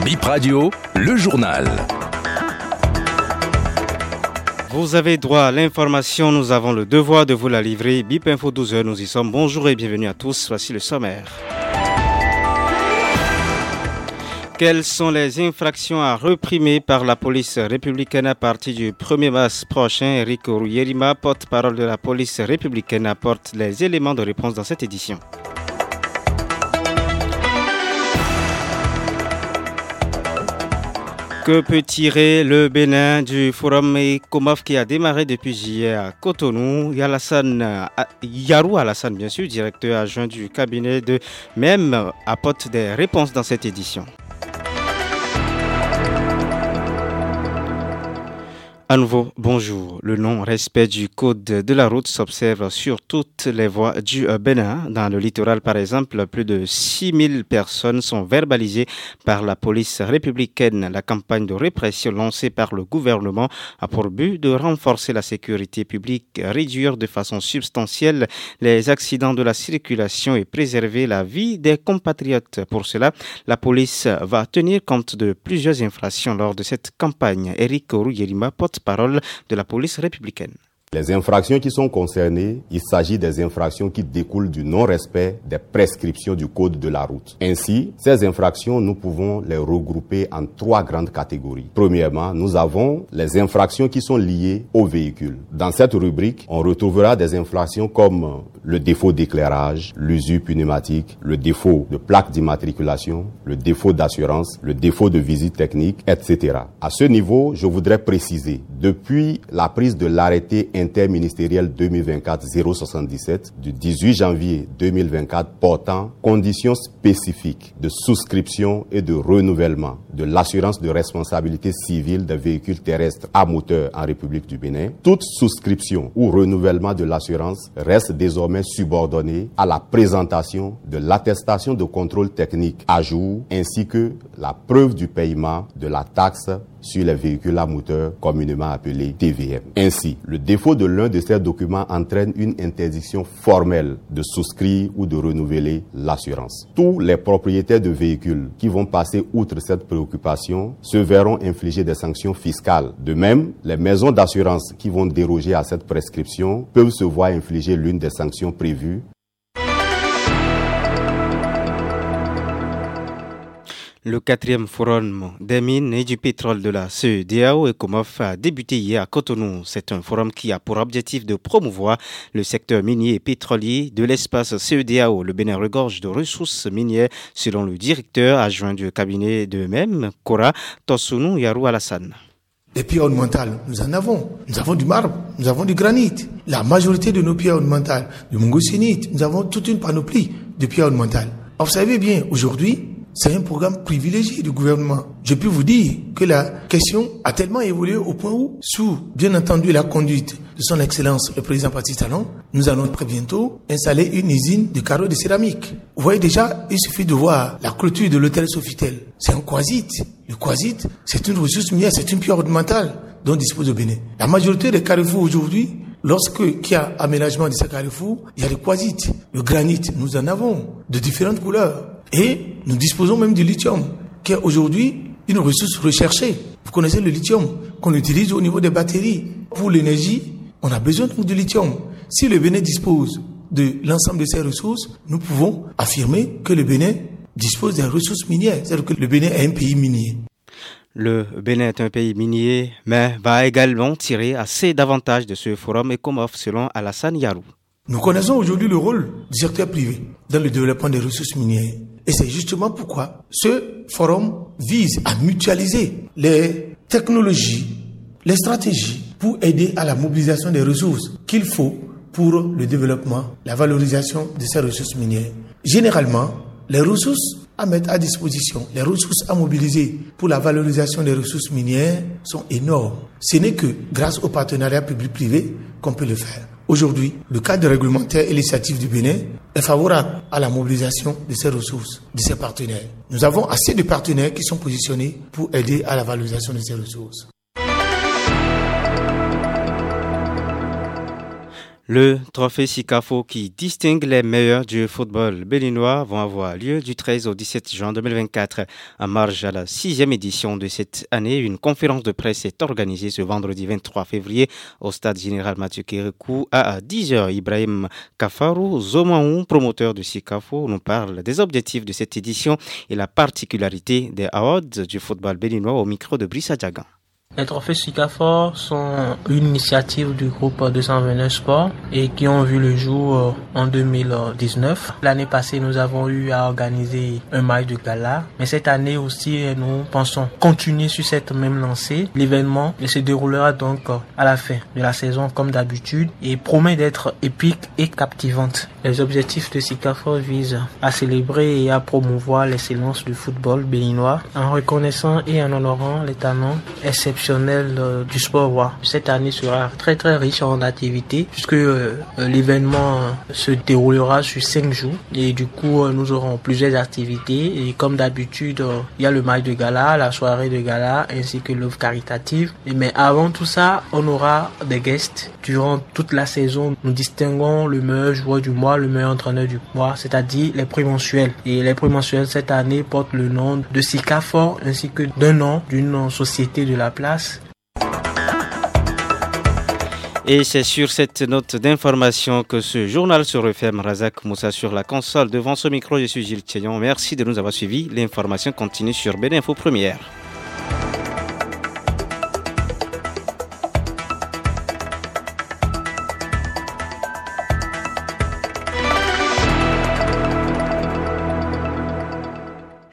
Bip Radio, le journal. Vous avez droit à l'information, nous avons le devoir de vous la livrer. Bip Info 12h, nous y sommes. Bonjour et bienvenue à tous, voici le sommaire. Quelles sont les infractions à réprimer par la police républicaine à partir du 1er mars prochain? Eric Yerima, porte-parole de la police républicaine, apporte les éléments de réponse dans cette édition. Que peut tirer le Bénin du forum ECOMOF qui a démarré depuis hier à Cotonou? Yarou Alassane, bien sûr, directeur adjoint du cabinet de MEM, apporte des réponses dans cette édition. À nouveau, bonjour. Le non-respect du code de la route s'observe sur toutes les voies du Bénin. Dans le littoral, par exemple, plus de 6000 personnes sont verbalisées par la police républicaine. La campagne de répression lancée par le gouvernement a pour but de renforcer la sécurité publique, réduire de façon substantielle les accidents de la circulation et préserver la vie des compatriotes. Pour cela, la police va tenir compte de plusieurs infractions lors de cette campagne. Eric Yerima, porte-parole de la police républicaine. Les infractions qui sont concernées, il s'agit des infractions qui découlent du non-respect des prescriptions du code de la route. Ainsi, ces infractions, nous pouvons les regrouper en 3 grandes catégories. Premièrement, nous avons les infractions qui sont liées au véhicule. Dans cette rubrique, on retrouvera des infractions comme le défaut d'éclairage, l'usure pneumatique, le défaut de plaque d'immatriculation, le défaut d'assurance, le défaut de visite technique, etc. À ce niveau, je voudrais préciser, depuis la prise de l'arrêté interministériel 2024-077 du 18 janvier 2024 portant conditions spécifiques de souscription et de renouvellement de l'assurance de responsabilité civile des véhicules terrestres à moteur en République du Bénin, toute souscription ou renouvellement de l'assurance reste désormais subordonnée à la présentation de l'attestation de contrôle technique à jour ainsi que la preuve du paiement de la taxe sur les véhicules à moteur communément appelés TVM. Ainsi, le défaut de l'un de ces documents entraîne une interdiction formelle de souscrire ou de renouveler l'assurance. Tous les propriétaires de véhicules qui vont passer outre cette préoccupation se verront infliger des sanctions fiscales. De même, les maisons d'assurance qui vont déroger à cette prescription peuvent se voir infliger l'une des sanctions prévues. Le 4e forum des mines et du pétrole de la CEDEAO ECOMOF a débuté hier à Cotonou. C'est un forum qui a pour objectif de promouvoir le secteur minier et pétrolier de l'espace CEDEAO. Le Bénin regorge de ressources minières selon le directeur adjoint du cabinet de MEM, Kora Tosunou Yarou Alassane. Les pierres ornementales, nous en avons. Nous avons du marbre, nous avons du granit. La majorité de nos pierres ornementales, du mongosynite, nous avons toute une panoplie de pierres ornementales. Alors, vous savez bien, aujourd'hui, c'est un programme privilégié du gouvernement. Je peux vous dire que la question a tellement évolué au point où, sous, bien entendu, la conduite de son Excellence, le président Patrice Talon, nous allons très bientôt installer une usine de carreaux de céramique. Vous voyez déjà, il suffit de voir la clôture de l'hôtel Sofitel. C'est un quartzite. Le quartzite, c'est une ressource minière, c'est une pierre ornementale dont dispose le Bénin. La majorité des carrefours aujourd'hui, lorsqu'il y a aménagement de ces carrefours, il y a le quartzite, le granit. Nous en avons de différentes couleurs. Et nous disposons même du lithium, qui est aujourd'hui une ressource recherchée. Vous connaissez le lithium qu'on utilise au niveau des batteries. Pour l'énergie, on a besoin de lithium. Si le Bénin dispose de l'ensemble de ces ressources, nous pouvons affirmer que le Bénin dispose des ressources minières. C'est-à-dire que le Bénin est un pays minier. Le Bénin est un pays minier, mais va également tirer assez d'avantages de ce forum ECOMOF selon Alassane Yarou. Nous connaissons aujourd'hui le rôle du secteur privé dans le développement des ressources minières. Et c'est justement pourquoi ce forum vise à mutualiser les technologies, les stratégies pour aider à la mobilisation des ressources qu'il faut pour le développement, la valorisation de ces ressources minières. Généralement, les ressources à mettre à disposition, les ressources à mobiliser pour la valorisation des ressources minières sont énormes. Ce n'est que grâce au partenariat public-privé qu'on peut le faire. Aujourd'hui, le cadre réglementaire et législatif du Bénin est favorable à la mobilisation de ces ressources, de ces partenaires. Nous avons assez de partenaires qui sont positionnés pour aider à la valorisation de ces ressources. Le trophée Sikafo qui distingue les meilleurs du football béninois vont avoir lieu du 13 au 17 juin 2024. En marge à la 6e édition de cette année, une conférence de presse est organisée ce vendredi 23 février au stade général Mathieu Kérékou à 10h. Ibrahim Kafarou Zomaou, promoteur de Sikafo, nous parle des objectifs de cette édition et la particularité des awards du football béninois au micro de Brice Adjagan. Les trophées Sikafo sont une initiative du groupe 229 Sport et qui ont vu le jour en 2019. L'année passée, nous avons eu à organiser un match de gala, mais cette année aussi, nous pensons continuer sur cette même lancée. L'événement se déroulera donc à la fin de la saison comme d'habitude et promet d'être épique et captivante. Les objectifs de Sikafo visent à célébrer et à promouvoir l'excellence du football béninois en reconnaissant et en honorant les talents exceptionnels du sport roi. Cette année sera très très riche en activités puisque l'événement se déroulera sur 5 jours et du coup nous aurons plusieurs activités et comme d'habitude il y a le match de gala, la soirée de gala ainsi que l'œuvre caritative. Mais avant tout ça, on aura des guests. Durant toute la saison, nous distinguons le meilleur joueur du mois, le meilleur entraîneur du mois, c'est-à-dire les prix mensuels. Et les prix mensuels cette année portent le nom de Sikafo ainsi que d'un nom d'une société de la place. Et c'est sur cette note d'information que ce journal se referme. Razak Moussa sur la console. Devant ce micro, je suis Gilles Tchegnon. Merci de nous avoir suivis. L'information continue sur Béninfo Première.